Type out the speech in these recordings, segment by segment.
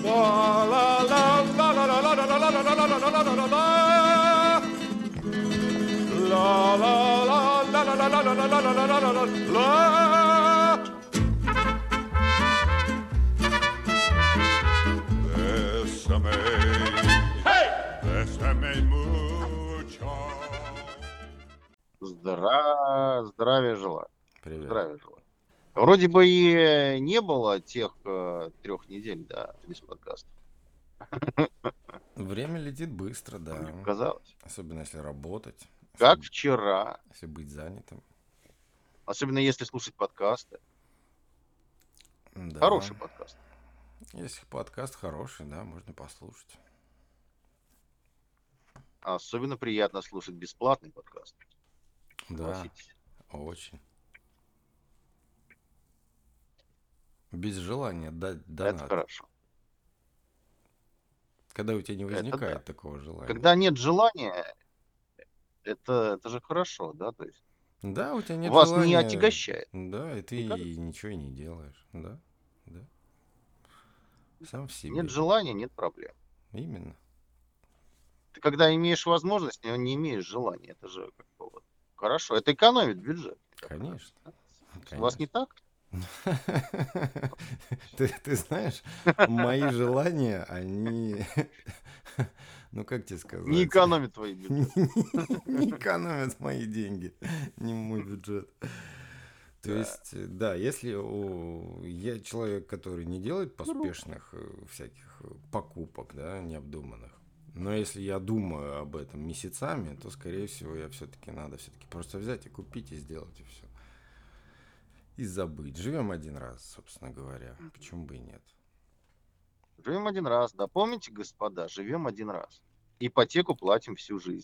Здравия желаю. Привет. Здравия желаю. Вроде бы и не было тех 3 недель, да, без подкаста. Время летит быстро, Мне да. показалось. Особенно если работать, Как вчера. если быть занятым. Особенно если слушать подкасты. Да. Хороший подкаст. Если подкаст хороший, да, можно послушать. Особенно приятно слушать бесплатный подкаст. Да, Согласитесь. очень. Без желания дать Это донат. хорошо. Когда у тебя не Это возникает да. такого желания. Когда нет желания, это же хорошо, да? То есть Да, у тебя нет вас не желания. отягощает. Да, и ты Не кажется? ничего и не делаешь. Да, да. Сам в себе. Нет желания, нет проблем. Именно. Ты когда имеешь возможность, но не имеешь желания, это же как бы вот хорошо. Это экономит бюджет. Конечно. У вас не так? Ты знаешь, мои желания, они, ну как тебе сказать, Не экономит твои бюджеты. не экономят мои деньги, не мой бюджет. То есть, да, если я человек, который не делает поспешных всяких покупок, да, необдуманных, но если я думаю об этом месяцами, то, скорее всего, я все-таки надо все-таки просто взять и купить и сделать, и все. И забыть. Живем один раз, собственно говоря. Почему бы и нет? Живем один раз, да. Помните, господа, живем один раз. Ипотеку платим всю жизнь.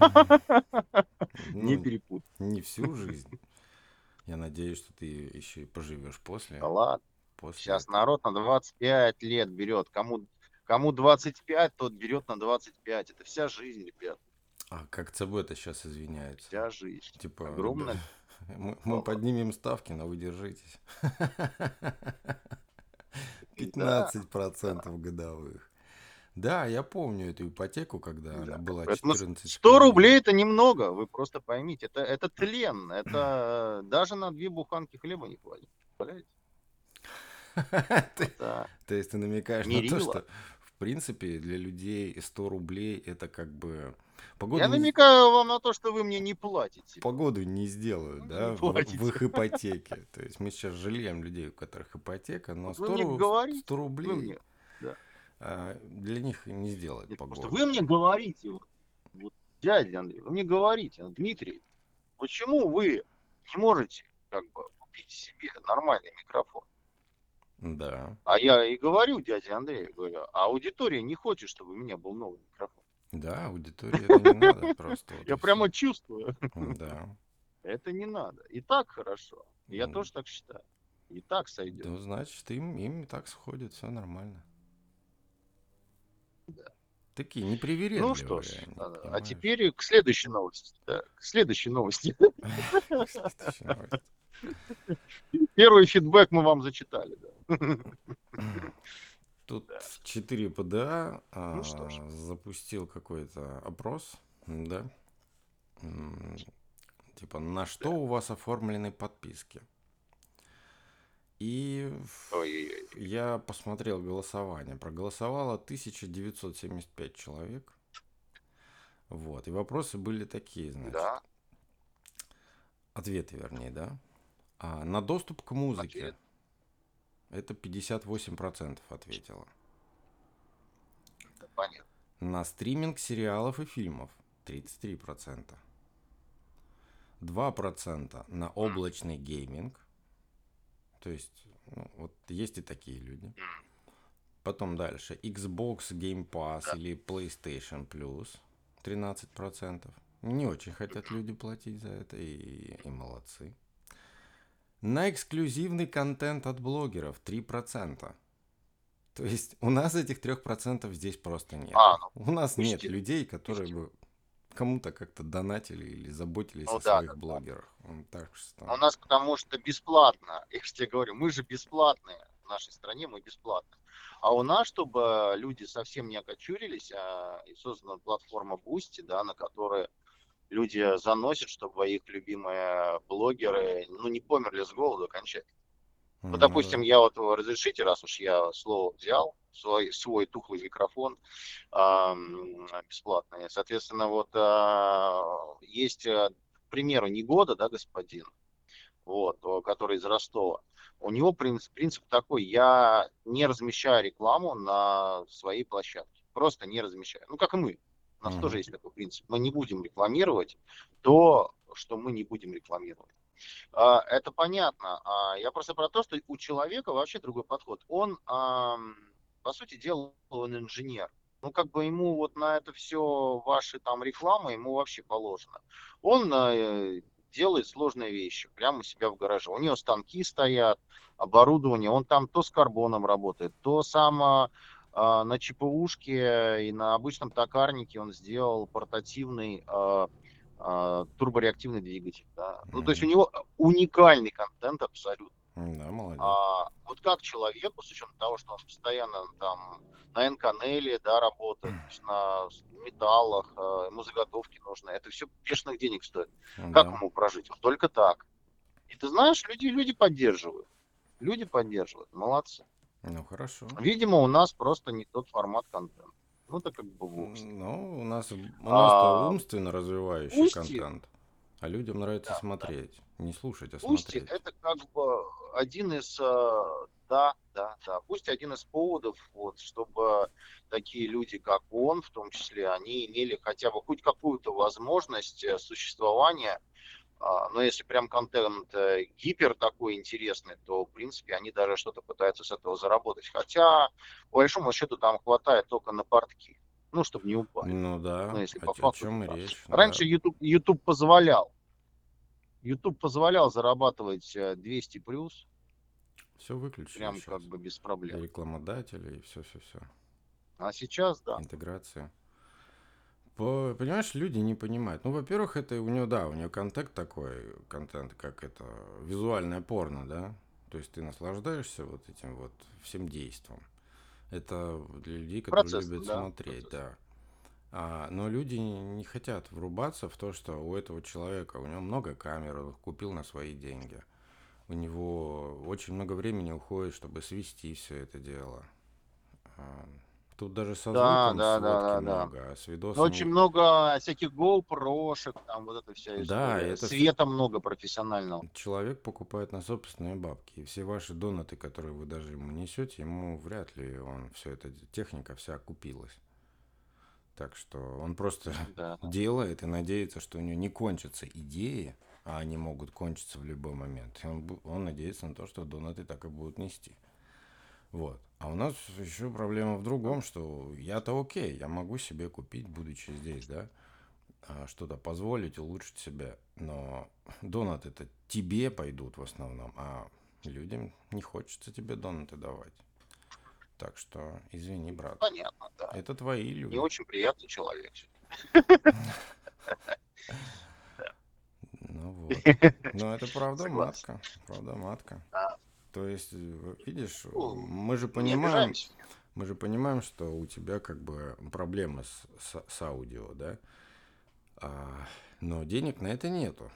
Не Ну, перепутай. не всю жизнь. Я надеюсь, что ты еще и поживешь после Да ладно. Сейчас этого. народ на 25 лет берет. Кому 25, тот берет на 25. Это вся жизнь, ребят. А как ЦБ-то сейчас извиняется? Вся жизнь. Типа, Огромная. мы поднимем ставки, но вы держитесь. Да. 15% годовых. Да, я помню эту ипотеку, когда она была Поэтому 14 100 рублей это немного, вы просто поймите. Это тлен. Это даже на 2 буханки хлеба не хватит. Представляете? То есть ты намекаешь на то, Мерило. что в принципе для людей 100 рублей это как бы Я намекаю вам на то, что вы мне не платите. погоду не сделают, Вы да, не в платите. их ипотеке. То есть мы сейчас жалеем людей, у которых ипотека, но Вот вы мне говорите, 100 вы рублей мне, да. для них не сделает Нет, просто погоду. вы мне говорите, вот, дядя Андрей, вы мне говорите, Дмитрий, почему вы не можете как бы купить себе нормальный микрофон? Да. А я и говорю, дядя Андрей, говорю, а аудитория не хочет, чтобы у меня был новый микрофон. Да, аудитории это не надо просто. Вот Я и прямо всё. чувствую. Да. Это не надо. И так хорошо. Я тоже так считаю. И так сойдет. Ну, значит, им и так сходит, все нормально. Да. Такие непривередливые Ну что ж, они, а понимаешь? теперь к следующей новости. Да, к следующей новости. Следующая новость. Первый фидбэк мы вам зачитали. Да. Тут Да. 4 ПДА Ну что ж. запустил какой-то опрос, да? Типа, на что у вас оформлены подписки? И Ой-ой-ой. я посмотрел голосование. Проголосовало 1975 человек. Вот. И вопросы были такие, значит. Да. Ответы, вернее, да? На доступ к музыке. Ответ. Это 58% ответило. Да, понятно. На стриминг сериалов и фильмов 33%. 2% на облачный гейминг. То есть, ну, вот есть и такие люди. Потом дальше. Xbox Game Pass Да. или PlayStation Plus 13%. Не очень хотят люди платить за это, и молодцы. На эксклюзивный контент от блогеров 3%. То есть у нас этих 3% здесь просто нет. У нас нет людей, которые бы кому-то как-то донатили или заботились о своих блогерах. Так что... У нас потому что бесплатно. Я же тебе говорю, мы же бесплатные. в нашей стране мы бесплатно. А у нас, чтобы люди совсем не окочурились, и создана платформа Boosty, да, на которой люди заносят, чтобы их любимые блогеры, ну, не померли с голоду окончательно. Вот, Ну допустим, да. я вот разрешите, раз уж я слово взял, свой тухлый микрофон бесплатный. Соответственно, вот есть, к примеру, Негода, да, господин, вот, который из Ростова. У него принцип такой: я не размещаю рекламу на своей площадке. Просто не размещаю. Ну, как и мы. У нас тоже Мгм. есть такой принцип. Мы не будем рекламировать то, что мы не будем рекламировать. Это понятно. Я просто про то, что у человека вообще другой подход. Он, по сути дела, он инженер. Ну, как бы ему вот на это все ваши там рекламы, ему вообще положено. Он делает сложные вещи прямо у себя в гараже. У него станки стоят, оборудование. Он там то с карбоном работает, то сам на ЧПУшке и на обычном токарнике он сделал портативный турбореактивный двигатель. Да. Ну, то есть у Мгм. него уникальный контент абсолютно. Да, молодец. Вот как человеку, с учетом того, что он постоянно там на N-канале, да, работает, то есть на металлах, ему заготовки нужны, это все бешеных денег стоит. Как Да. ему прожить? Вот только так. И ты знаешь, люди поддерживают. Люди поддерживают. Молодцы. Ну хорошо. Видимо, у нас просто не тот формат контента. Ну, это как бы бог с ним. Ну, у нас-то А, умственно развивающий Устье, контент, а людям нравится да, да. смотреть. Не слушать, а Устье смотреть. это как бы один из, да, да, да, пусть один из поводов, вот, чтобы такие люди, как он, в том числе, они имели хотя бы хоть какую-то возможность существования. Но если прям контент гипер такой интересный, то, в принципе, они даже что-то пытаются с этого заработать. Хотя, по большому счету, там хватает только на портки, ну, чтобы не упали. Ну Ну, да, если о, по о факту, то чем и так. речь, да. Раньше YouTube позволял. YouTube позволял зарабатывать 200 плюс, Все выключили прям сейчас. как бы без И проблем. рекламодатели, и все-все-все. А сейчас, да. Интеграция. Понимаешь, люди не понимают. Ну, во-первых, это у него, да, у него контент такой, контент, как это, визуальное порно, да? То есть ты наслаждаешься вот этим вот всем действом. Это для людей, которые Процесс, любят да, смотреть, процесс. да. Но люди не хотят врубаться в то, что у этого человека, у него много камер, он их купил на свои деньги. У него очень много времени уходит, чтобы свести все это дело. А, Тут даже со Да, звуком да, да, сводки да, да. много, а с Очень видосами. много всяких GoPro-шек, там вот эта вся Да, история. это все Света много профессионального. человек покупает на собственные бабки. И все ваши донаты, которые вы даже ему несете, ему вряд ли он все это техника вся окупилась. Так что он просто Да, да. делает и надеется, что у него не кончатся идеи, а они могут кончиться в любой момент. И он надеется на то, что донаты так и будут нести. Вот. А у нас еще проблема в другом, что я-то окей, я могу себе купить, будучи здесь, да, что-то позволить, улучшить себя. Но донаты-то тебе пойдут в основном, а людям не хочется тебе донаты давать. Так что, извини, брат, Понятно, да. это твои Не люди. очень приятный человек. Ну вот. Но это правда Согласен. матка. Правда матка. Да. То есть, видишь, Ну, мы не обижаемся. мы же понимаем, что у тебя как бы проблемы с аудио, да? А, но денег на это нету.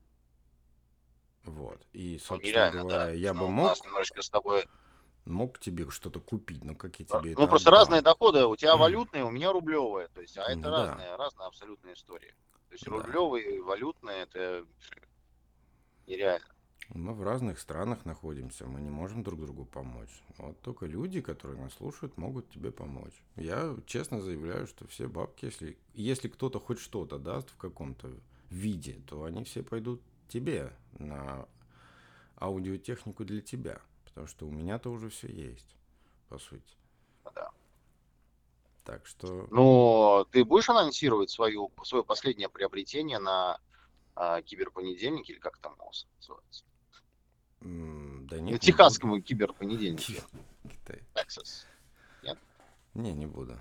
Вот. И, Ну, собственно нереально, да. говоря, То я есть, бы ну, у нас мог, немножечко с тобой. мог тебе что-то купить, но как я тебе Ну, это просто разные отдам? доходы. У тебя валютные, у меня рублевые. То есть, а это Ну да, разные абсолютные истории. То есть да. рублевые и валютные это нереально. Мы в разных странах находимся, мы не можем друг другу помочь. Вот только люди, которые нас слушают, могут тебе помочь. Я честно заявляю, что все бабки, если кто-то хоть что-то даст в каком-то виде, то они все пойдут тебе на аудиотехнику для тебя. Потому что у меня-то уже все есть, по сути. Да. Так что, Но ты будешь анонсировать свое последнее приобретение на киберпонедельнике, или как там у вас называется? да На нет, не буду. техасском киберпонедельнике. Китай. Texas. Нет? Не буду.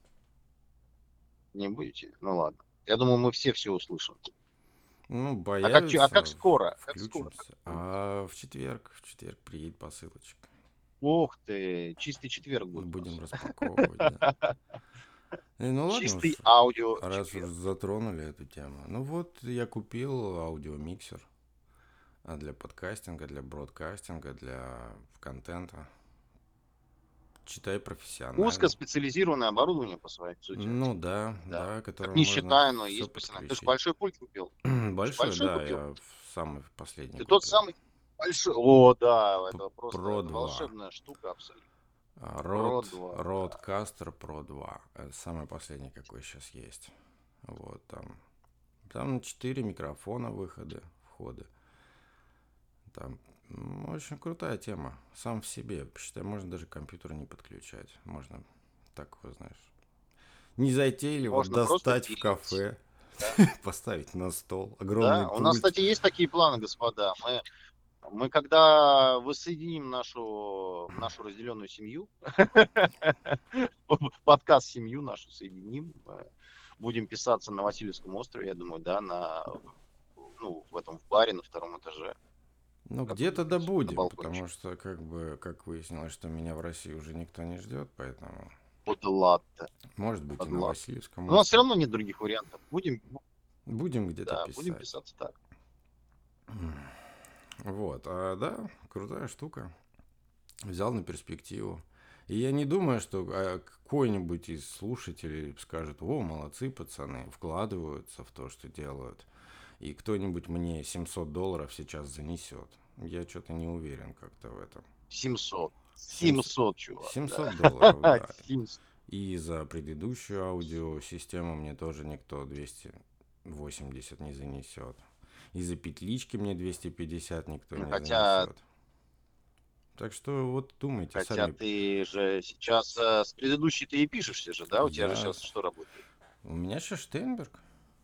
Не будете? Ну ладно. Я думаю, мы все услышим. Ну, А как появится, скоро? Как скоро? включимся. А в четверг приедет посылочка. Ух ты, чистый четверг будет у Будем нас. распаковывать, да. Ну ладно Чистый уж, аудио раз уж четверг. затронули эту тему. Ну вот, я купил аудиомиксер для подкастинга, для бродкастинга, для контента. Читай профессиональный. Узкоспециализированное оборудование по своей сути. Ну да, Да. да, Так которым не можно считая, но все есть профессионально. Ты же подключить. большой пульт купил. Ты же Большой, большой да, купил. я самый последний Ты тот купил. самый большой. О, да, П- это просто Pro это 2. волшебная штука абсолютно. Про Rode, 2, да. Rodecaster Pro 2. Это самый последний, какой сейчас есть. Вот там 4 микрофона, входы. Там очень крутая тема. Сам в себе. Считай, можно даже компьютер не подключать. Можно так, вот, знаешь, незатейливо Можно просто достать в пилить. кафе, Да. поставить на стол. Огромный Да. У нас, пульт. кстати, есть такие планы, господа. Мы когда воссоединим нашу разделенную семью, подкаст семью нашу соединим, будем писаться на Васильевском острове, я думаю, да, в этом в баре на втором этаже, Ну, где-то как-нибудь на добудем, потому балкончике. что, как выяснилось, что меня в России уже никто не ждет, поэтому, Под латте, может быть, и под на латте. Васильевском У нас все острове. равно нет других вариантов. Будем где-то Да, будем писать. писаться так. Вот, да, крутая штука. Взял на перспективу. И я не думаю, что какой-нибудь из слушателей скажет: о, молодцы, пацаны, вкладываются в то, что делают. И кто-нибудь мне $700 сейчас занесет. Я что-то не уверен как-то в этом. 700. 700, 700, чувак, да. $700, да. 700. И за предыдущую аудиосистему мне тоже никто 280 не занесет. И за петлички мне 250 никто не Хотя, занесет. Так что вот думайте хотя сами. ты же сейчас с предыдущей ты и пишешься же, да? У тебя же Я... сейчас что работает? У меня сейчас Штейнберг.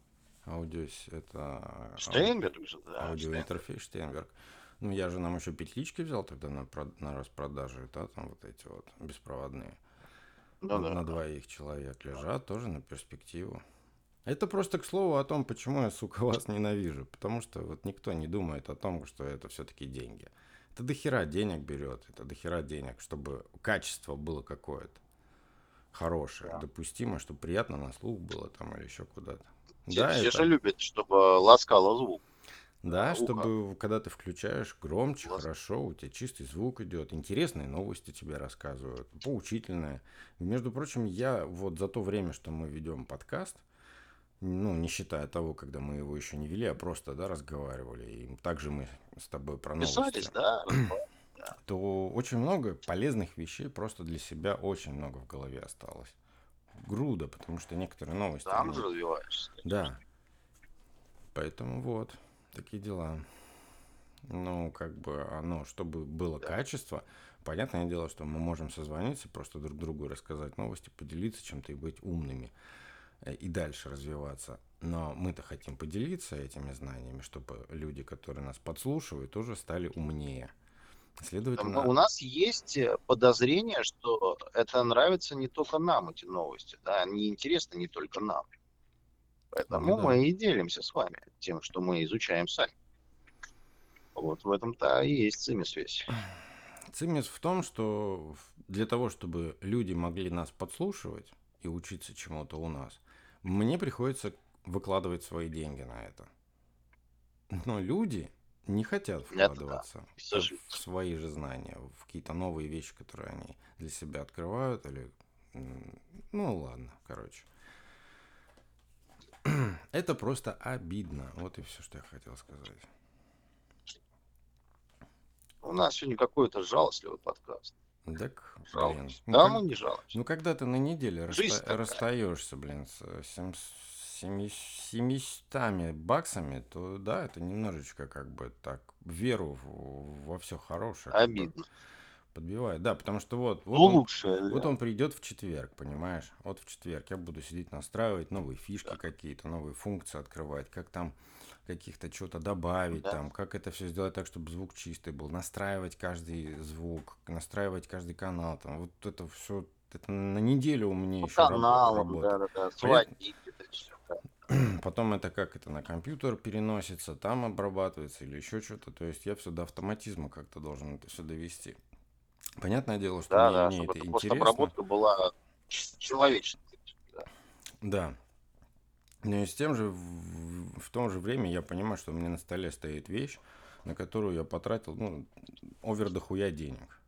Это Штейнберг же, да, Штейнберг. аудиоинтерфейс Штейнберг. Ну, я же нам еще петлички взял тогда на распродаже, да, там вот эти вот беспроводные. Ну да, На да. двоих человек лежат, тоже на перспективу. Это просто к слову о том, почему я, сука, вас ненавижу. Потому что вот никто не думает о том, что это все-таки деньги. Это дохера денег берет, это дохера денег, чтобы качество было какое-то хорошее, Да. допустимое, чтобы приятно на слух было там или еще куда-то. Все, Да, все же это... любят, чтобы ласкало звук, Да, ухо. чтобы когда ты включаешь громче, хорошо, у тебя чистый звук идет, интересные новости тебе рассказывают, поучительные. И, между прочим, я вот за то время, что мы ведем подкаст, ну, не считая того, когда мы его еще не вели, а просто, да, разговаривали, и также мы с тобой про новости, Писались, да, да. то очень много полезных вещей просто для себя очень много в голове осталось. Груда, потому что некоторые новости, Сам же они... развиваешься, Да, конечно. поэтому вот, такие дела. Ну, как бы оно, чтобы было Да. качество, понятное дело, что мы можем созвониться, просто друг другу рассказать новости, поделиться чем-то и быть умными, и дальше развиваться. Но мы-то хотим поделиться этими знаниями, чтобы люди, которые нас подслушивают, тоже стали умнее. У Следовательно, нас есть подозрение, что это нравится не только нам, эти новости, да, они интересны не только нам. ну Поэтому да. мы и делимся с вами тем, что мы изучаем сами. Вот в этом-то и есть взаимосвязь. Цимис в том, что для того, чтобы люди могли нас подслушивать и учиться чему-то у нас, мне приходится выкладывать свои деньги на это. Но люди не хотят Это да, вкладываться к сожалению. в свои же знания, в какие-то новые вещи, которые они для себя открывают, или... Ну ладно, короче. Это просто обидно. Вот и все, что я хотел сказать. У нас сегодня какой-то жалостливый подкаст. Так, блин. Жалуемся. Да, мы не жалуемся. Ну, когда ты на неделе Жизнь такая. расстаешься, блин, с 700 баксами, то да, это немножечко как бы так веру во все хорошее как бы Обидно. подбивает. Да, потому что Ну, лучше, вот да. он придет в четверг, понимаешь? Вот в четверг я буду сидеть настраивать новые фишки Да. какие-то, новые функции открывать, как там каких-то что-то добавить, Да. там, как это все сделать так, чтобы звук чистый был, настраивать каждый звук, настраивать каждый канал, там, вот это все, это на неделю у меня По еще каналам, работы. да-да-да, Понятно? сводить это все. Потом это как это на компьютер переносится, там обрабатывается или еще что-то, то есть я все до автоматизма как-то должен это все довести. Понятное дело, что Да, мне чтобы это эта интересно. постобработка была человеческой. Да. Да. Но и с тем же, в том же время я понимаю, что у меня на столе стоит вещь, на которую я потратил, овер дохуя денег.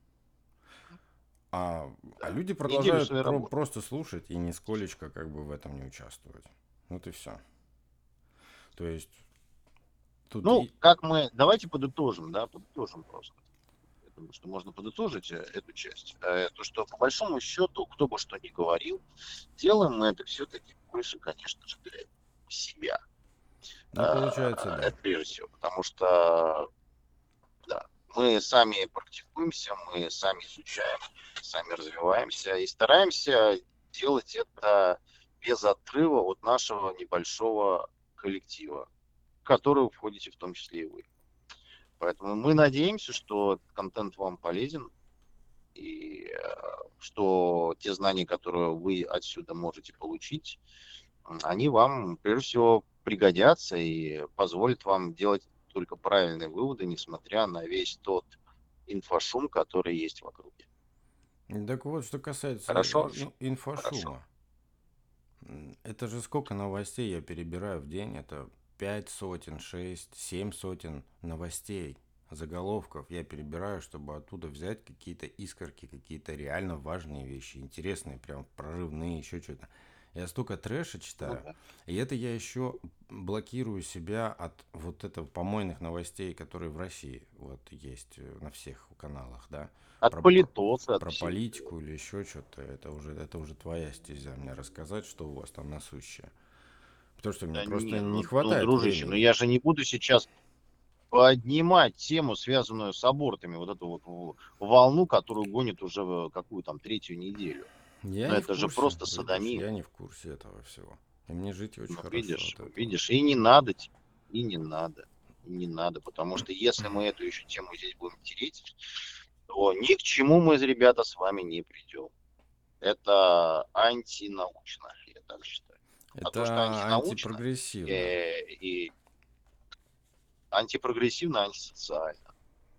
А Да. люди Неделю продолжают своей работы. просто слушать и нисколечко как бы в этом не участвовать. Вот и все. То есть тут Ну, и... давайте подытожим, да, подытожим просто. Я думаю, что можно подытожить эту часть. То, что по большому счету, кто бы что ни говорил, делаем мы это все-таки больше, конечно же, для себя. Ну, получается, да. Это прежде всего, потому что да, мы сами практикуемся, мы сами изучаем, сами развиваемся и стараемся делать это без отрыва от нашего небольшого коллектива, в который входите в том числе и вы. Поэтому мы надеемся, что этот контент вам полезен, и что те знания, которые вы отсюда можете получить, они вам, прежде всего, пригодятся и позволят вам делать только правильные выводы, несмотря на весь тот инфошум, который есть вокруг. Так вот, что касается Хорошо? Хорошо. инфошума. Это же сколько новостей я перебираю в день? Это 5 сотен, 6, 7 сотен новостей, заголовков я перебираю, чтобы оттуда взять какие-то искорки, какие-то реально важные вещи, интересные, прям прорывные, еще что-то. Я столько трэша Ну читаю, да. и это я еще блокирую себя от вот этого помойных новостей, которые в России вот есть на всех каналах, да, От про, про, политоса, от про всего. политику или еще что-то. Это уже твоя стезя мне рассказать, что у вас там насущее. Потому что мне Да просто не, не ну, хватает дружище, ну времени. я же не буду сейчас поднимать тему, связанную с абортами, вот эту вот волну, которую гонит уже какую там третью неделю. Я Но не в это же курсе, просто видишь, садомия. я не в курсе этого всего. И мне жить очень Ну, хорошо от этого. видишь, и не надо тебе, и не надо, и не надо, потому что если мы эту еще тему здесь будем тереть, то ни к чему мы, ребята, с вами не придем. Это антинаучно, я так считаю. А то, что Это антинаучно антипрогрессивно. и антипрогрессивно, антисоциально.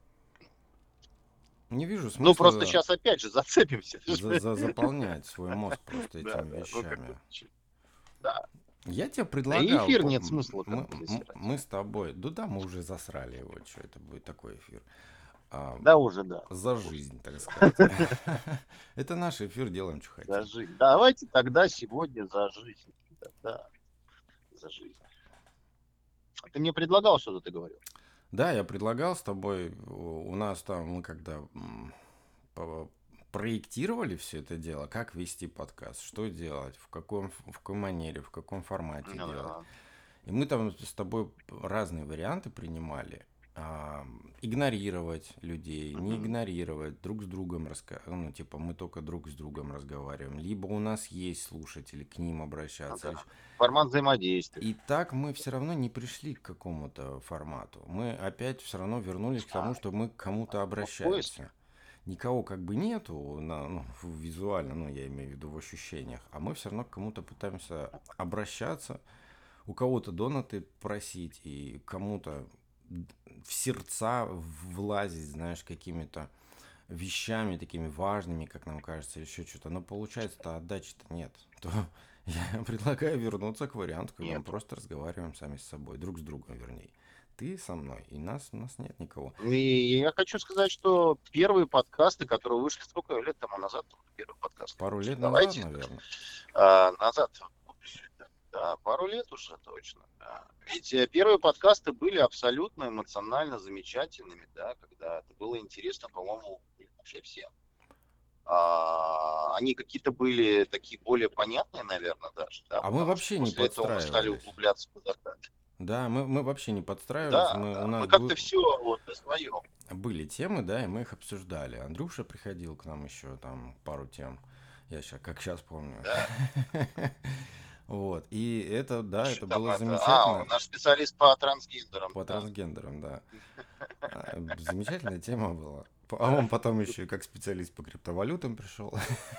Не вижу Ну, просто смысла сейчас опять же зацепимся. заполнять свой мозг просто Да, этими да, ну как вещами. да. Я тебе Да и предлагал, эфир нет смысла как бы засирать. мы с тобой, да, мы уже засрали его, что это будет такой эфир. А, Да, уже да. за жизнь, так сказать. Это наш эфир, делаем, что За хотим. жизнь. Давайте тогда сегодня за жизнь. Да, да, за жизнь. А ты мне предлагал что-то, ты говорил? Да, я предлагал с тобой, у нас там, мы когда по- проектировали все это дело, как вести подкаст, что делать, в какой манере, в каком формате Ну, делать. да. И мы там с тобой разные варианты принимали. Игнорировать людей, не Мгм. игнорировать, друг с другом ну, типа, мы только друг с другом разговариваем. Либо у нас есть слушатели, к ним Ну, обращаться. да. Формат взаимодействия. И так мы все равно не пришли к какому-то формату. Мы опять все равно вернулись к тому, что мы к кому-то В поиске. обращаемся. Никого как бы нету визуально, ну, я имею в виду в ощущениях, а мы все равно к кому-то пытаемся обращаться, у кого-то донаты просить, и кому-то в сердца влазить, знаешь, какими-то вещами такими важными, как нам кажется, или еще что-то. Но получается-то отдачи-то нет. То я предлагаю вернуться к варианту, когда мы Нету. просто разговариваем сами с собой, друг с другом, вернее. Ты со мной, и у нас нет никого. И я хочу сказать, что первые подкасты, которые вышли сколько лет тому назад, первый подкаст Пару вышли. лет назад, Давайте наверное. назад. Да, пару лет уже точно. Да. Ведь первые подкасты были абсолютно эмоционально замечательными, да, когда это было интересно, по-моему, вообще всем. Они какие-то были такие более понятные, наверное, даже, да, А мы потому что вообще не после этого мы стали подстраивались. углубляться куда-то. Да, мы вообще не подстраивались. Да, У да, нас мы как-то все вот на своем. были темы, да, и мы их обсуждали. Андрюша приходил к нам еще, там, пару тем. Я сейчас, как сейчас помню. Да. Вот. И это, да, Еще это там было это, замечательно. наш специалист по трансгендерам, По да. трансгендерам, да. Замечательная тема была. А он потом еще и как специалист по криптовалютам пришел.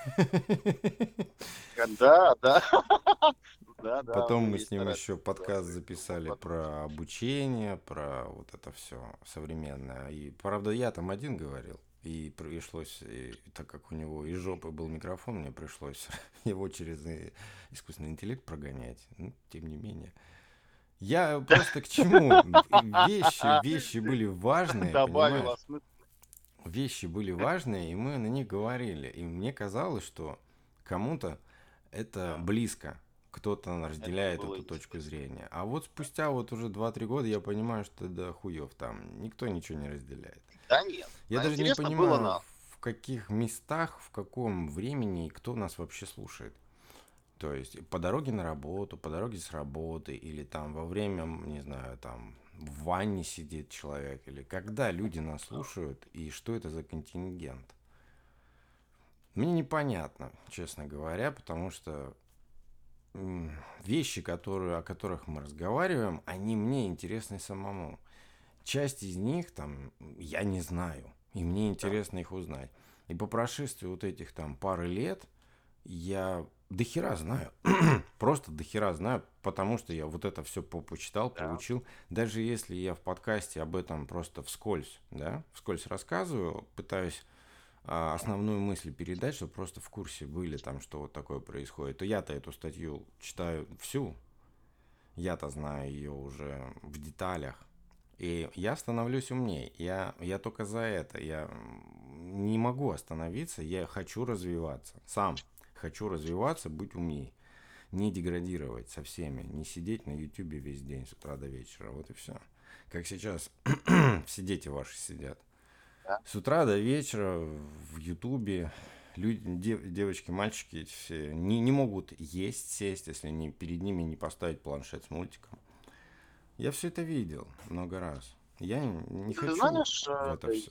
Да, да. Да, да, у Потом него мы с есть ним вторая еще подкаст специализация. записали про обучение, про вот это все современное. И правда, я там один говорил. И пришлось, так как у него из жопы был микрофон, мне пришлось его через искусственный интеллект прогонять. Ну, тем не менее. Я просто к чему? Вещи были важные, Добавил понимаешь? осмысленно. Вещи были важные, и мы на них говорили. И мне казалось, что кому-то это Да, близко. Кто-то это разделяет было эту точку интересно. зрения. А вот спустя вот уже 2-3 года я понимаю, что да хуев там. Никто ничего не разделяет. Да нет, Я даже не интересно было понимаю, нам. в каких местах, в каком времени и кто нас вообще слушает. То есть по дороге на работу, по дороге с работы, или там во время, не знаю, там в ванне сидит человек, или когда люди нас слушают, и что это за контингент. Мне непонятно, честно говоря, потому что вещи, о которых мы разговариваем, они мне интересны самому. Часть из них там я не знаю, и мне Да, интересно их узнать. И по прошествии вот этих там пары лет я дохера знаю. Просто дохера знаю, потому что я вот это все почитал, да. получил. Даже если я в подкасте об этом просто вскользь, да, вскользь рассказываю, пытаюсь основную мысль передать, чтобы просто в курсе были там, что вот такое происходит, то я-то эту статью читаю всю, я-то знаю ее уже в деталях. И я становлюсь умнее. Я только за это. Я не могу остановиться. Я хочу развиваться. Сам хочу развиваться, быть умнее. Не деградировать со всеми. Не сидеть на ютубе весь день с утра до вечера. Вот и все. Как сейчас все дети ваши сидят. Да. С утра до вечера в ютубе люди, девочки, мальчики все не могут есть, сесть, если перед ними не поставить планшет с мультиком. Я все это видел много раз. Я не Ты хочу знаешь, в это все.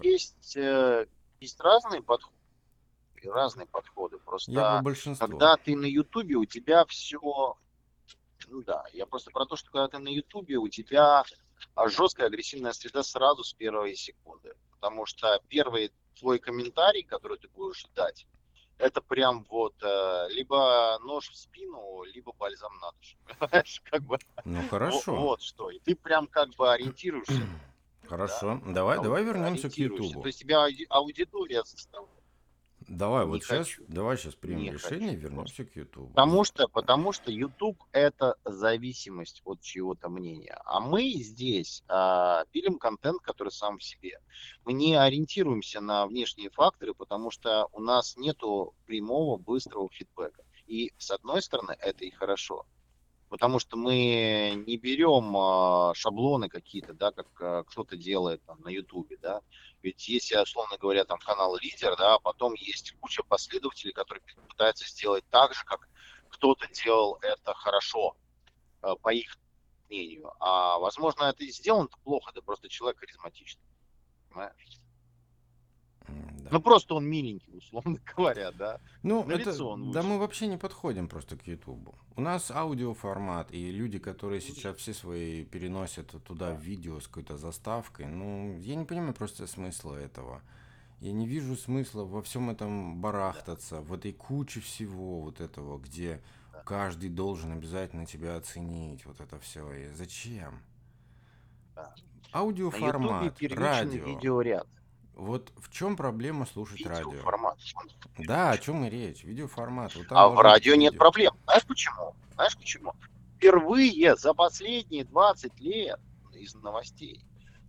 есть разные подходы, разные подходы. Я про Просто большинство. когда ты на Ютубе, у тебя все, ну да, я просто про то, что когда ты на Ютубе, у тебя жесткая агрессивная среда сразу с первой секунды. Потому что первый твой комментарий, который ты будешь дать, это прям вот либо нож в спину, либо бальзам на душу. Понимаешь, как бы Ну хорошо. вот что. И ты прям как бы ориентируешься, да, Хорошо. Давай вернемся к ориентируешься. То Ютубу. есть тебя аудитория составляет. Давай Не вот сейчас, хочу, давай сейчас примем не решение хочу и просто. вернемся к Ютубу. Потому что YouTube это зависимость от чьего-то мнения. А мы здесь пилим контент, который сам в себе. Мы не ориентируемся на внешние факторы, потому что у нас нету прямого, быстрого фидбэка. И с одной стороны, это и хорошо. Потому что мы не берем шаблоны какие-то, да, как кто-то делает там, на Ютубе, да. Ведь если, условно говоря, там канал лидер, да, а потом есть куча последователей, которые пытаются сделать так же, как кто-то делал это хорошо, по их мнению. А возможно, это и сделано плохо, да просто человек харизматичный, понимаешь? Да. Ну просто он миленький, условно говоря, да. Ну, На это, лицо он да мы вышел. вообще не подходим просто к Ютубу. У нас аудиоформат, и люди, которые Нет, сейчас все свои переносят туда да. видео с какой-то заставкой, ну, я не понимаю просто смысла этого. Я не вижу смысла во всем этом Да, барахтаться, в этой куче всего вот этого, где да, каждый должен обязательно тебя оценить, вот это все. И зачем? да. На Ютубе Аудиоформат, первичен радио. видеоряд. Вот в чем проблема слушать радио? Видеоформат. Да, о чем и речь. Видеоформат. Вот там А в должно быть радио нет видео. проблем. Знаешь почему? Знаешь почему? Впервые за последние 20 лет из новостей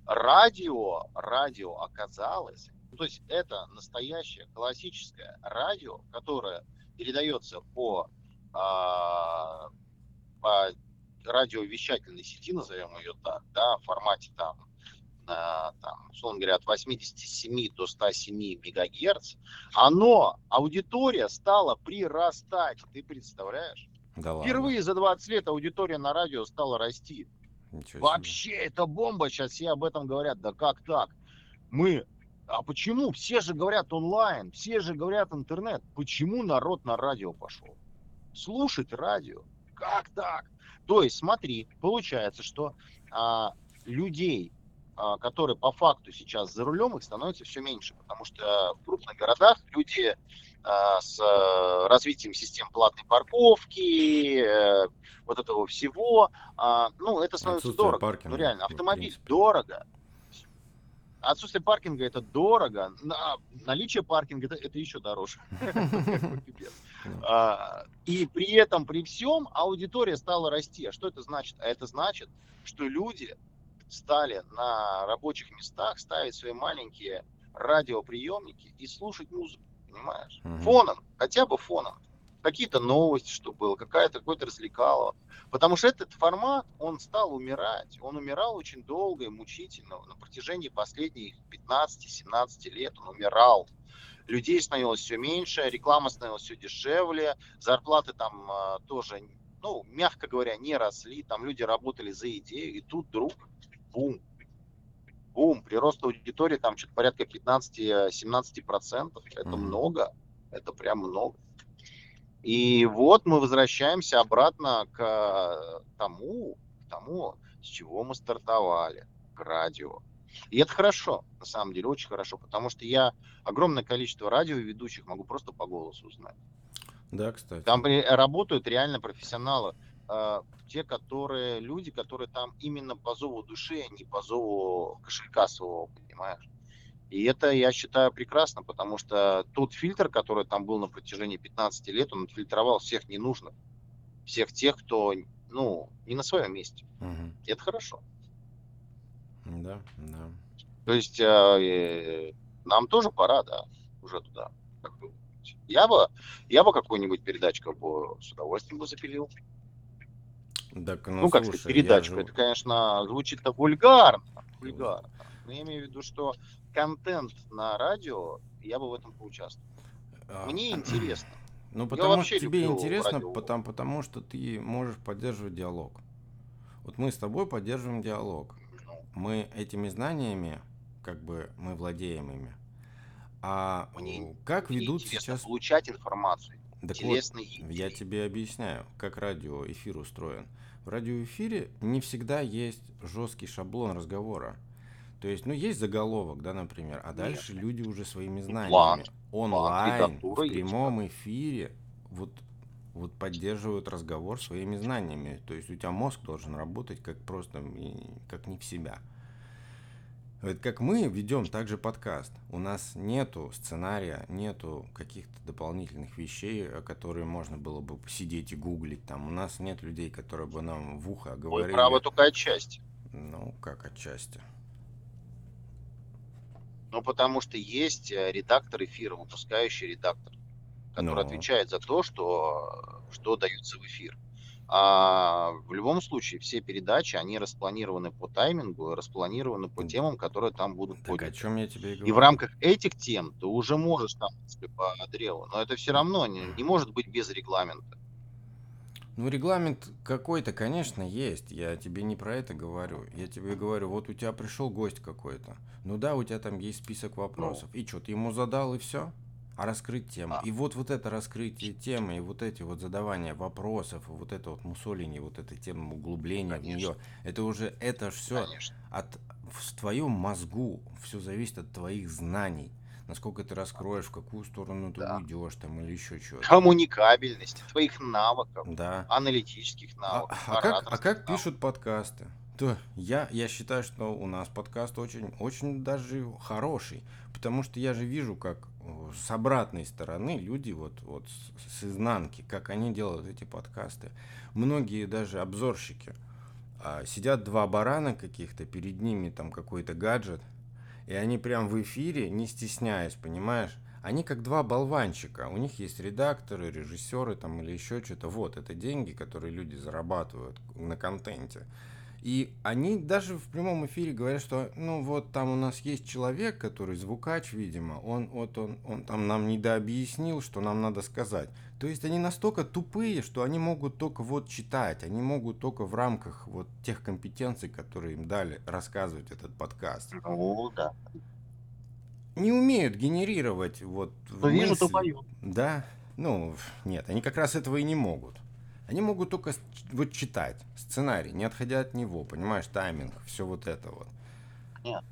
радио оказалось, ну, то есть это настоящее классическое радио, которое передается а, по радиовещательной сети, назовем ее так, да, в формате там, условно говоря, от 87 до 107 мегагерц, аудитория стала прирастать. Ты представляешь? Да ладно. Впервые за 20 лет аудитория на радио стала расти. Ничего себе. Вообще, это бомба, сейчас все об этом говорят. Да как так? Мы... А почему? Все же говорят онлайн, все же говорят интернет. Почему народ на радио пошел? Слушать радио. Как так? То есть, смотри, получается, что людей, которые по факту сейчас за рулем, их становится все меньше, потому что в крупных городах люди с развитием систем платной парковки, вот этого всего, ну, это становится Отсутствие дорого. Ну, паркинга, реально, в автомобиль принципе. дорого. Отсутствие паркинга это дорого, наличие паркинга это еще дороже. Как бы пипец. Ну, И при этом, при всем, аудитория стала расти. А что это значит? А это значит, что люди стали на рабочих местах ставить свои маленькие радиоприемники и слушать музыку, понимаешь? мгм. Фоном, хотя бы фоном. Какие-то новости, что было, какое-то развлекало. Потому что этот формат, он стал умирать. Он умирал очень долго и мучительно. На протяжении последних 15-17 лет он умирал. Людей становилось все меньше, реклама становилась все дешевле, зарплаты там тоже, ну, мягко говоря, не росли. Там люди работали за идею, и тут вдруг бум, бум, прирост аудитории там что-то порядка 15-17%. Это Мгм. много, это прям много. И вот мы возвращаемся обратно к тому, с чего мы стартовали, к радио. И это хорошо, на самом деле, очень хорошо, потому что я огромное количество радиоведущих могу просто по голосу узнать. Да, кстати. Там работают реально профессионалы, люди, которые там именно по зову души, а не по зову кошелька своего, понимаешь? И это, я считаю, прекрасно, потому что тот фильтр, который там был на протяжении 15 лет, он отфильтровал всех ненужных, всех тех, кто, ну, не на своем месте. Мгм. И это хорошо. Да, да. То есть нам тоже пора, да, уже туда. Как бы. Я бы какую-нибудь передачку бы с удовольствием бы запилил. Так, ну Ну, как сказать, слушай, я же... передачку. Это, конечно, звучит-то вульгарно, вульгарно. Но я имею в виду, что контент на радио, я бы в этом поучаствовал. а, Мне интересно. Ну, Я потому что вообще тебе люблю интересно, радио. потому что ты можешь поддерживать диалог. Вот мы с тобой поддерживаем диалог. Ну, Мы этими знаниями, как бы, мы владеем ими. А мне, как мне ведут интересно сейчас... получать информацию. Так вот, Интересно и я интересно. тебе объясняю, как радиоэфир устроен. В радиоэфире не всегда есть жесткий шаблон разговора. То есть, ну, есть заголовок, да, например, а Нет. дальше люди уже своими И план. знаниями План, онлайн, в редактура есть, да. прямом эфире, вот, вот поддерживают разговор своими знаниями. То есть у тебя мозг должен работать как просто, как не в себя. Вот как мы ведем также подкаст. У нас нету сценария, нету каких-то дополнительных вещей, которые можно было бы сидеть и гуглить. Там у нас нет людей, которые бы нам в ухо Ой, право говорили, только отчасти. ну, как отчасти. Ну, потому что есть редактор эфира, выпускающий редактор, который Ну, отвечает за то, что дается в эфир. А в любом случае все передачи, они распланированы по таймингу, распланированы по темам, которые там будут так о подняты. чем я тебе и И в говорю. рамках этих тем ты уже можешь там, в принципе, по древу, но это все равно не может быть без регламента. Ну, регламент какой-то, конечно, есть. Я тебе не про это говорю. Я тебе говорю, вот у тебя пришел гость какой-то. Ну да, у тебя там есть список Ну, вопросов. И что, ты ему задал, и все? А раскрыть тему. а, И вот это раскрытие темы, и вот эти вот задавания вопросов, и вот это вот мусоление, вот этой темы, углубление в нее, конечно, это все конечно. в твоем мозгу, все зависит от твоих знаний. Насколько ты раскроешь, в какую сторону ты Да. уйдешь там или еще что-то. Коммуникабельности, твоих навыков, Да. аналитических навыков, А ораторских как навыков. пишут подкасты? То я считаю, что у нас подкаст очень, очень даже хороший, потому что я же вижу, как с обратной стороны люди вот с изнанки, как они делают эти подкасты. Многие даже обзорщики сидят два барана каких-то, перед ними там какой-то гаджет, и они прям в эфире, не стесняясь, понимаешь? Они как два болванчика. У них есть редакторы, режиссеры там или еще что-то. Вот, это деньги, которые люди зарабатывают на контенте. И они даже в прямом эфире говорят, что ну вот там у нас есть человек, который звукач, видимо, он там нам недообъяснил, что нам надо сказать. То есть они настолько тупые, что они могут только вот читать, они могут только в рамках вот тех компетенций, которые им дали, рассказывать этот подкаст. Ну, да. Не умеют генерировать вот Что вижу, то мысль, пою. да, ну, нет, они как раз этого и не могут. Они могут только вот читать сценарий, не отходя от него, понимаешь, тайминг, все вот это вот. Нет,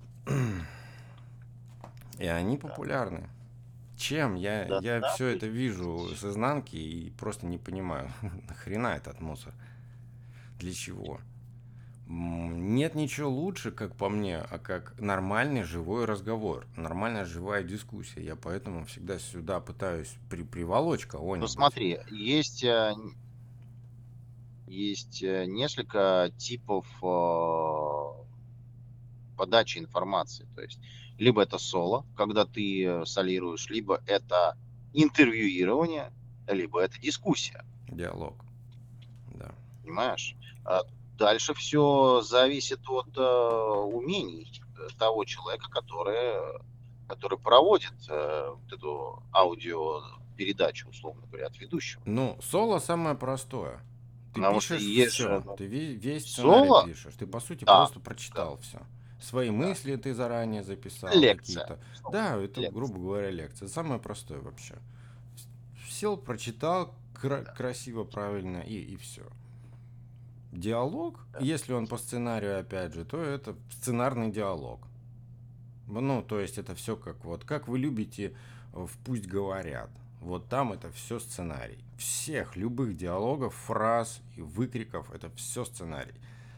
И они да. популярны. Чем? Да, Я да, все это вижу с изнанки и просто не понимаю, нахрена этот мусор, для чего. Нет ничего лучше, как по мне, как нормальный живой разговор, нормальная живая дискуссия. Я поэтому всегда сюда пытаюсь приволочь Ну кого-нибудь. смотри, есть несколько типов подачи информации. То есть либо это соло, когда ты солируешь, либо это интервьюирование, либо это дискуссия. Диалог, да. Понимаешь? А дальше все зависит от умений того человека, который проводит вот эту аудиопередачу, условно говоря, от ведущего. Ну, соло самое простое. Ты Потому что пишешь есть же все, ты весь сценарий соло, пишешь, ты по сути да, просто да, прочитал все. Свои да, мысли ты заранее записал лекция, какие-то. условно, Да, это, лекция, грубо говоря, лекция. Самое простое вообще. Сел, прочитал да, красиво, правильно и все. Диалог, да, если он по сценарию, опять же, то это сценарный диалог. Ну, то есть это все как вы любите в «Пусть говорят». Вот там это все сценарий. Всех любых диалогов, фраз и выкриков, это все сценарий.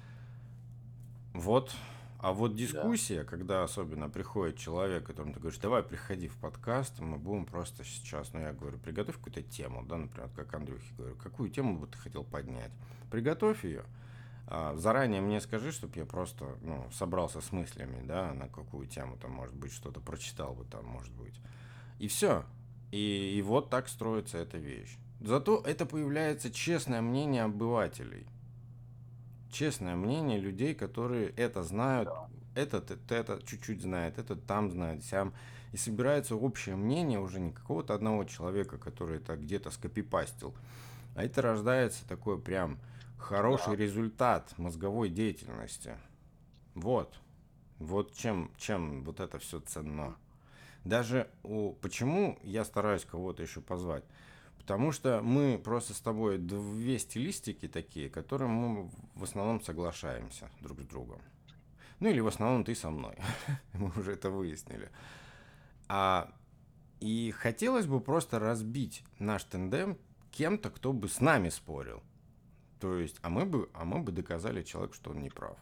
Вот. А вот да, дискуссия, когда особенно приходит человек, которому ты говоришь, давай приходи в подкаст, мы будем просто сейчас, ну я говорю, приготовь какую-то тему, да, например, как Андрюхе говорю, какую тему бы ты хотел поднять. Приготовь ее, заранее мне скажи, чтобы я просто собрался с мыслями, да, на какую тему там, может быть, что-то прочитал бы там, может быть. И все. И вот так строится эта вещь. Зато это появляется честное мнение обывателей. Честное мнение людей, которые это знают, да, этот это чуть-чуть знает, этот там знает, сям. И собирается общее мнение уже не какого-то одного человека, который это где-то скопипастил, а это рождается такой прям хороший да, результат мозговой деятельности. Вот. Вот чем вот это все ценно. Даже почему я стараюсь кого-то еще позвать? Потому что мы просто с тобой две стилистики такие, которые мы в основном соглашаемся друг с другом. Ну или в основном ты со мной. Мы уже это выяснили. А и хотелось бы просто разбить наш тандем кем-то, кто бы с нами спорил. То есть, а мы бы доказали человеку, что он не прав.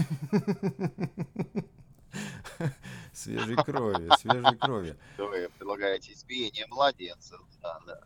Свежей крови, свежей крови. вы предлагаете избиение младенцев, да, да.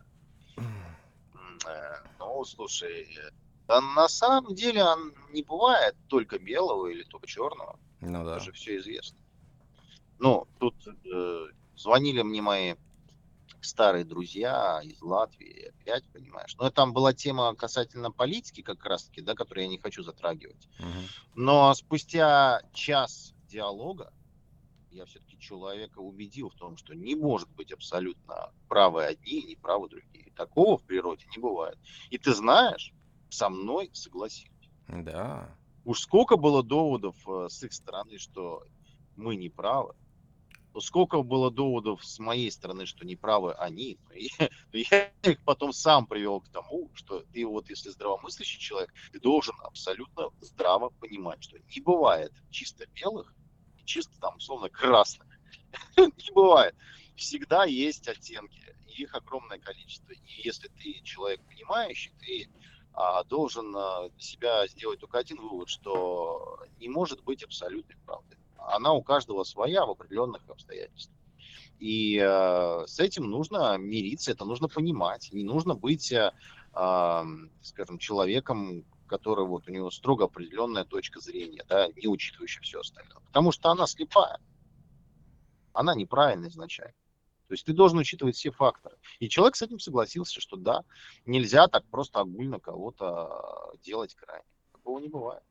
Ну, слушай, да на самом деле не бывает только белого или только черного. Ну Это да. же все известно. Ну, тут звонили мне мои старые друзья из Латвии, опять, понимаешь. Но там была тема касательно политики как раз-таки, да, которую я не хочу затрагивать. Мгм. Но спустя час диалога я все-таки человека убедил в том, что не может быть абсолютно правы одни и неправы другие. Такого в природе не бывает. И ты знаешь, со мной согласились. Да. Уж сколько было доводов с их стороны, что мы не правы, то сколько было доводов с моей стороны, что не правы они. Я их потом сам привел к тому, что ты вот если здравомыслящий человек, ты должен абсолютно здраво понимать, что не бывает чисто белых, чисто там условно красных. Не бывает. Всегда есть оттенки, их огромное количество. И если ты человек понимающий, ты должен для себя сделать только один вывод, что не может быть абсолютной правды. Она у каждого своя в определенных обстоятельствах. И с этим нужно мириться, это нужно понимать. Не нужно быть, скажем, человеком, который вот у него строго определенная точка зрения, да, не учитывающая все остальное. Потому что она слепая, она неправильная изначально. То есть ты должен учитывать все факторы. И человек с этим согласился, что да, нельзя так просто огульно кого-то делать крайне. Такого не бывает.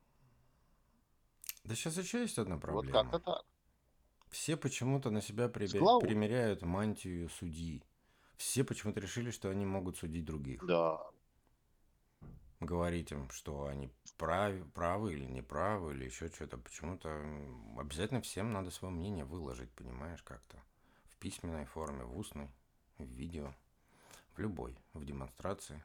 Да сейчас еще есть одна Вот проблема. как-то так. Все почему-то на себя С головой. примеряют мантию судьи. Все почему-то решили, что они могут судить других. Да. Говорить им, что они правы или неправы, или еще что-то. Почему-то обязательно всем надо свое мнение выложить, понимаешь, как-то. В письменной форме, в устной, в видео, в любой, в демонстрации.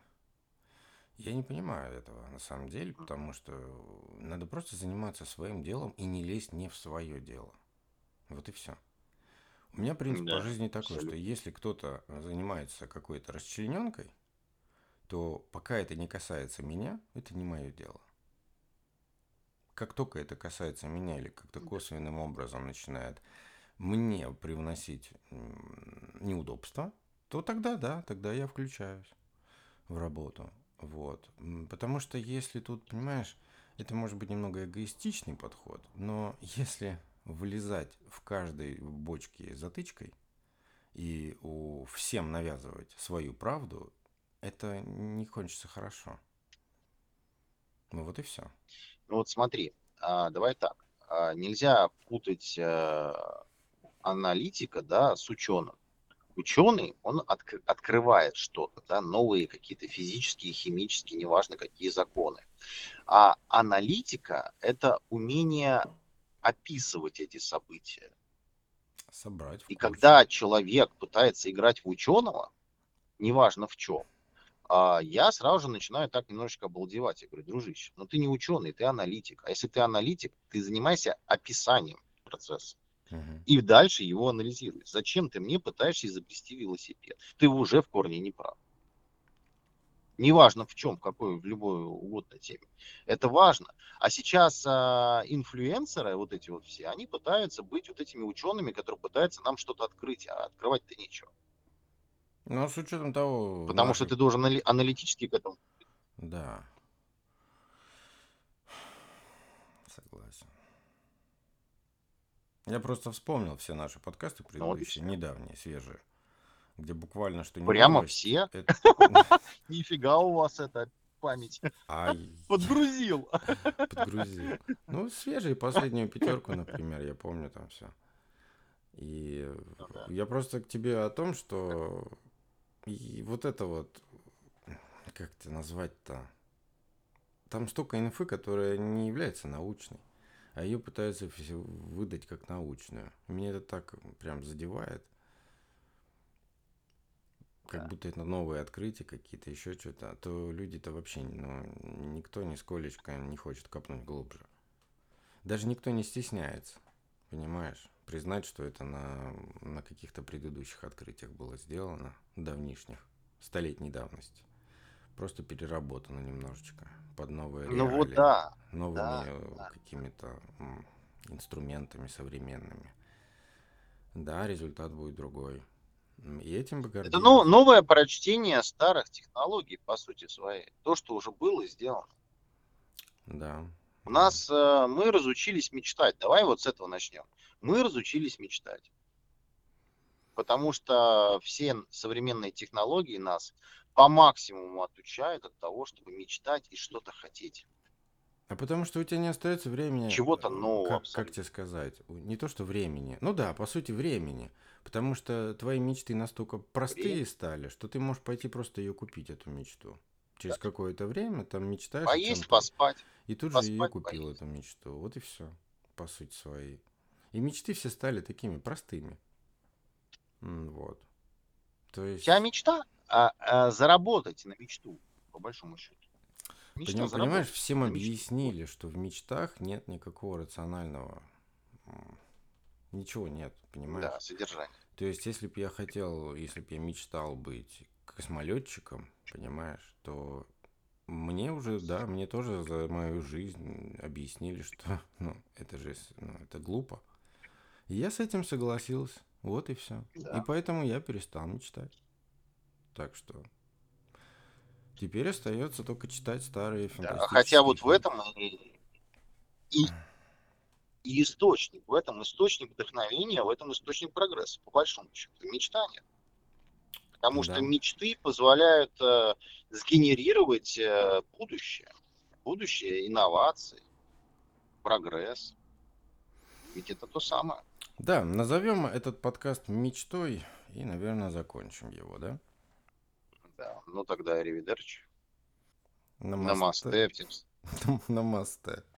Я не понимаю этого на самом деле, потому что надо просто заниматься своим делом и не лезть не в свое дело. Вот и все. У меня принцип по Да, жизни такой, что абсолютно. если кто-то занимается какой-то расчлененкой, то пока это не касается меня, это не мое дело. как только это касается меня или как-то косвенным образом начинает мне привносить неудобства, то тогда да, тогда я включаюсь в работу. Вот. Потому что если тут, понимаешь, это может быть немного эгоистичный подход, но если влезать в каждой бочке затычкой и всем навязывать свою правду, это не кончится хорошо. Ну вот и все. Ну вот смотри, давай так. Нельзя путать аналитика, да, с ученым. Ученый, он открывает что-то, да, новые какие-то физические, химические, неважно какие законы. А аналитика– это умение описывать эти события. Собрать в И кучу. когда человек пытается играть в ученого, неважно в чем, я сразу же начинаю так немножечко обалдевать. Я говорю, дружище, ну ты не ученый, ты аналитик. А если ты аналитик, ты занимайся описанием процесса. Мгм. И дальше его анализируй. Зачем ты мне пытаешься изобрести велосипед? Ты уже в корне не прав. Неважно в чем, в какой, в любой угодной теме. Это важно. А сейчас инфлюенсеры, вот эти вот все, они пытаются быть вот этими учеными, которые пытаются нам что-то открыть, а открывать-то нечего. Но с учетом того, Потому что наших... ты должен аналитически к этому. Да, согласен. Я просто вспомнил все наши подкасты Ну вот и предыдущие, все. недавние, свежие, где буквально что не Прямо новость, все. это... Нифига у вас эта память. Ай, Подгрузил. подгрузил. Ну, свежие, последнюю пятерку, например, я помню там все. И Ну да. я просто к тебе о том, что и вот это вот, как это назвать-то, там столько инфы, которая не является научной, а ее пытаются выдать как научную. Меня это так прям задевает, как Да. будто это новые открытия какие-то, еще что-то. А то люди-то вообще, ну, никто нисколечко не хочет копнуть глубже. Даже никто не стесняется, понимаешь? Признать, что это на каких-то предыдущих открытиях было сделано, давнишних, столетней давности. Просто переработано немножечко под новые Ну вот реалии, да. новыми Да. Да. какими-то инструментами современными. Да, результат будет другой. И этим бы Это гордились. новое прочтение старых технологий, по сути своей. То, что уже было сделано. Да, У да. нас мы разучились мечтать. Давай вот с этого начнем. Мы разучились мечтать. Потому что все современные технологии нас по максимуму отучают от того, чтобы мечтать и что-то хотеть. А потому что у тебя не остается времени, Чего-то нового как абсолютно. тебе сказать, не то что времени, ну да, по сути времени, потому что твои мечты настолько простые Время. стали, что ты можешь пойти просто ее купить, эту мечту. Да. Через какое-то время там мечтаешь о Поесть, чем-то, поспать. и тут же ее Поспать, купил, поесть. эту мечту. Вот и все, по сути своей. И мечты все стали такими простыми. Вот. То У тебя есть, мечта заработать на мечту, по большому счету. Мечта понимаешь, заработать всем на мечту. Вот. объяснили, что в мечтах нет никакого рационального, ничего нет, Да, понимаешь? содержание. То есть, если бы я хотел, если бы я мечтал быть космолетчиком, понимаешь, то мне уже, да, мне тоже за мою жизнь объяснили, что, ну, это же, ну, это глупо. И я с этим согласился, вот и все. И Да. поэтому я перестал мечтать. Так что теперь остается только читать старые Да. Хотя фантастические вот в книги. этом и, и источник, в этом источник вдохновения, в этом источник прогресса, по большому счету. Мечтание. Потому что Да. мечты позволяют сгенерировать будущее. Будущее, инновации, прогресс. Ведь это то самое. Да, назовем этот подкаст мечтой и, наверное, закончим его, да? Да. Ну тогда аривидерчи. Намасте. Намасте. Всем Намасте.